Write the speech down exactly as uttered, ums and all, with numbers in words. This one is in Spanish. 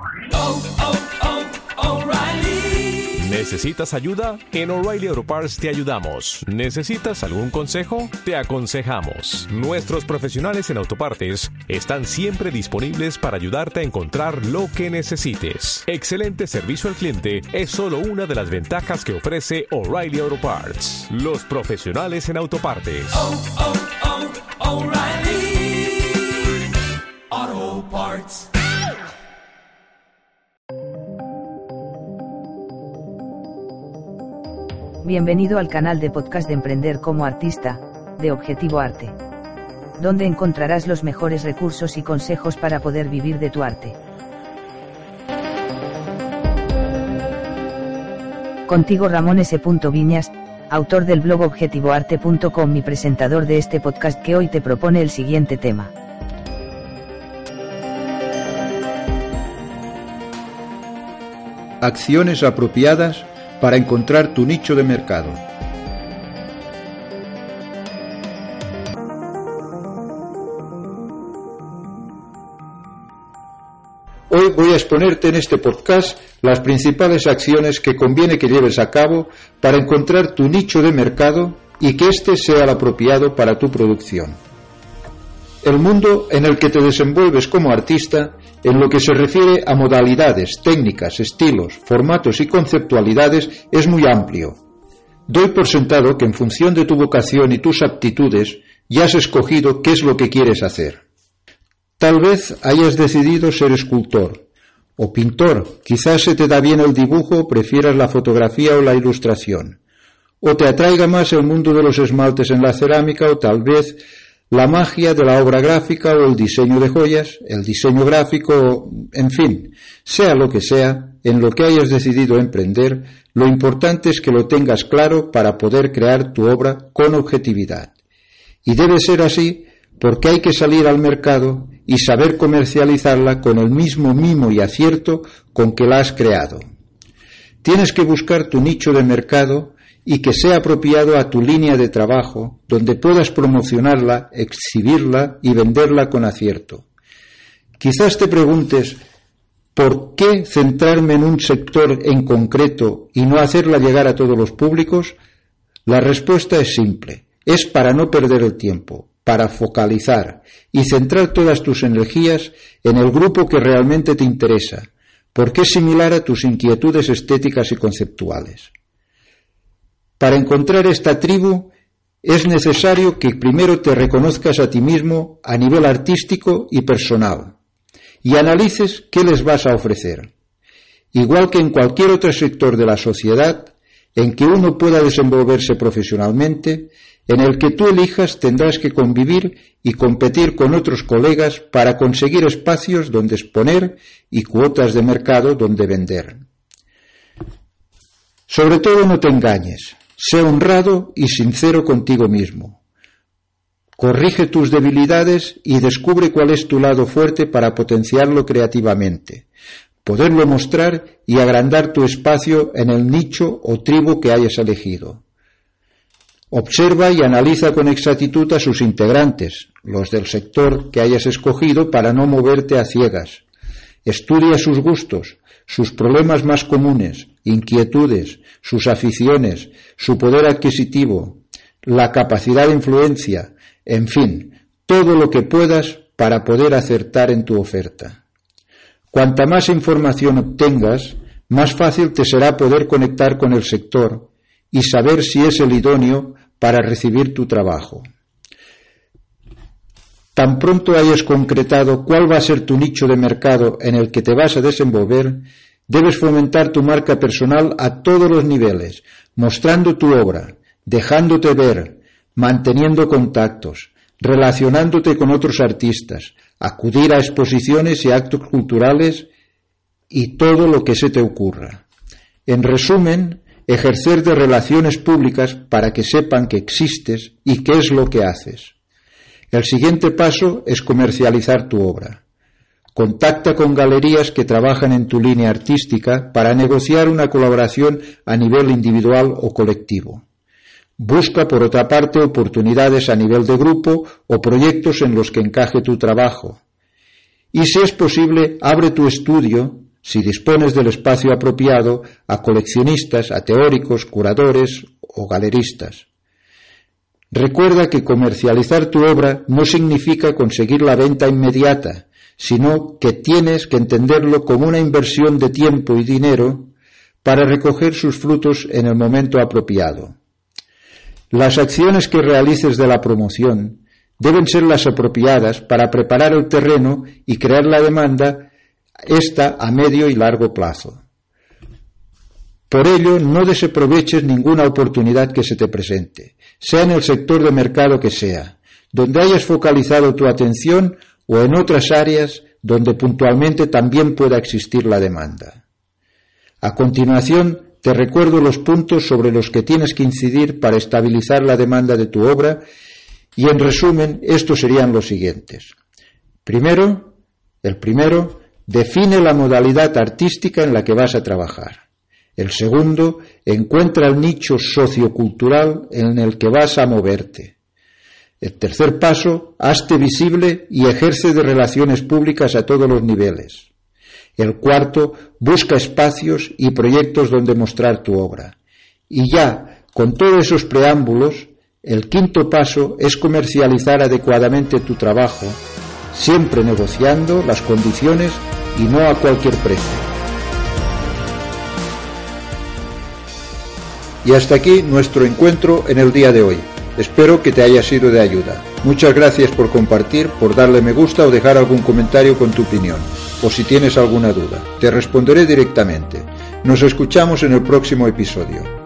Oh, oh, oh, O'Reilly. ¿Necesitas ayuda? En O'Reilly Auto Parts te ayudamos. ¿Necesitas algún consejo? Te aconsejamos. Nuestros profesionales en autopartes están siempre disponibles para ayudarte a encontrar lo que necesites. Excelente servicio al cliente es solo una de las ventajas que ofrece O'Reilly Auto Parts. Los profesionales en autopartes. Oh, oh, oh, O'Reilly Auto Parts. Bienvenido al canal de podcast de Emprender como Artista, de Objetivo Arte, donde encontrarás los mejores recursos y consejos para poder vivir de tu arte. Contigo Ramón S. Viñas, autor del blog objetivo arte punto com y presentador de este podcast que hoy te propone el siguiente tema. Acciones apropiadas para encontrar tu nicho de mercado. Hoy voy a exponerte en este podcast las principales acciones que conviene que lleves a cabo para encontrar tu nicho de mercado y que éste sea el apropiado para tu producción. El mundo en el que te desenvuelves como artista, en lo que se refiere a modalidades, técnicas, estilos, formatos y conceptualidades, es muy amplio. Doy por sentado que en función de tu vocación y tus aptitudes, ya has escogido qué es lo que quieres hacer. Tal vez hayas decidido ser escultor o pintor, quizás se te da bien el dibujo, prefieras la fotografía o la ilustración, o te atraiga más el mundo de los esmaltes en la cerámica o tal vez la magia de la obra gráfica o el diseño de joyas, el diseño gráfico, en fin, sea lo que sea, en lo que hayas decidido emprender, lo importante es que lo tengas claro para poder crear tu obra con objetividad. Y debe ser así porque hay que salir al mercado y saber comercializarla con el mismo mimo y acierto con que la has creado. Tienes que buscar tu nicho de mercado y que sea apropiado a tu línea de trabajo, donde puedas promocionarla, exhibirla y venderla con acierto. Quizás te preguntes, ¿por qué centrarme en un sector en concreto y no hacerla llegar a todos los públicos? La respuesta es simple, es para no perder el tiempo, para focalizar y centrar todas tus energías en el grupo que realmente te interesa, porque es similar a tus inquietudes estéticas y conceptuales. Para encontrar esta tribu es necesario que primero te reconozcas a ti mismo a nivel artístico y personal y analices qué les vas a ofrecer. Igual que en cualquier otro sector de la sociedad en que uno pueda desenvolverse profesionalmente, en el que tú elijas tendrás que convivir y competir con otros colegas para conseguir espacios donde exponer y cuotas de mercado donde vender. Sobre todo no te engañes. Sé honrado y sincero contigo mismo. Corrige tus debilidades y descubre cuál es tu lado fuerte para potenciarlo creativamente, poderlo mostrar y agrandar tu espacio en el nicho o tribu que hayas elegido. Observa y analiza con exactitud a sus integrantes, los del sector que hayas escogido para no moverte a ciegas. Estudia sus gustos, sus problemas más comunes, inquietudes, sus aficiones, su poder adquisitivo, la capacidad de influencia, en fin, todo lo que puedas para poder acertar en tu oferta. Cuanta más información obtengas, más fácil te será poder conectar con el sector y saber si es el idóneo para recibir tu trabajo. Tan pronto hayas concretado cuál va a ser tu nicho de mercado en el que te vas a desenvolver, debes fomentar tu marca personal a todos los niveles, mostrando tu obra, dejándote ver, manteniendo contactos, relacionándote con otros artistas, acudir a exposiciones y actos culturales y todo lo que se te ocurra. En resumen, ejercer de relaciones públicas para que sepan que existes y qué es lo que haces. El siguiente paso es comercializar tu obra. Contacta con galerías que trabajan en tu línea artística para negociar una colaboración a nivel individual o colectivo. Busca, por otra parte, oportunidades a nivel de grupo o proyectos en los que encaje tu trabajo. Y si es posible, abre tu estudio si dispones del espacio apropiado, a coleccionistas, a teóricos, curadores o galeristas. Recuerda que comercializar tu obra no significa conseguir la venta inmediata, sino que tienes que entenderlo como una inversión de tiempo y dinero para recoger sus frutos en el momento apropiado. Las acciones que realices de la promoción deben ser las apropiadas para preparar el terreno y crear la demanda, esta a medio y largo plazo. Por ello, no desaproveches ninguna oportunidad que se te presente, sea en el sector de mercado que sea, donde hayas focalizado tu atención o en otras áreas donde puntualmente también pueda existir la demanda. A continuación, te recuerdo los puntos sobre los que tienes que incidir para estabilizar la demanda de tu obra y, en resumen, estos serían los siguientes. Primero, el primero, define la modalidad artística en la que vas a trabajar. El segundo, encuentra el nicho sociocultural en el que vas a moverte. El tercer paso, hazte visible y ejerce de relaciones públicas a todos los niveles. El cuarto, busca espacios y proyectos donde mostrar tu obra. Y ya, con todos esos preámbulos, el quinto paso es comercializar adecuadamente tu trabajo, siempre negociando las condiciones y no a cualquier precio. Y hasta aquí nuestro encuentro en el día de hoy. Espero que te haya sido de ayuda. Muchas gracias por compartir, por darle me gusta o dejar algún comentario con tu opinión. O si tienes alguna duda, te responderé directamente. Nos escuchamos en el próximo episodio.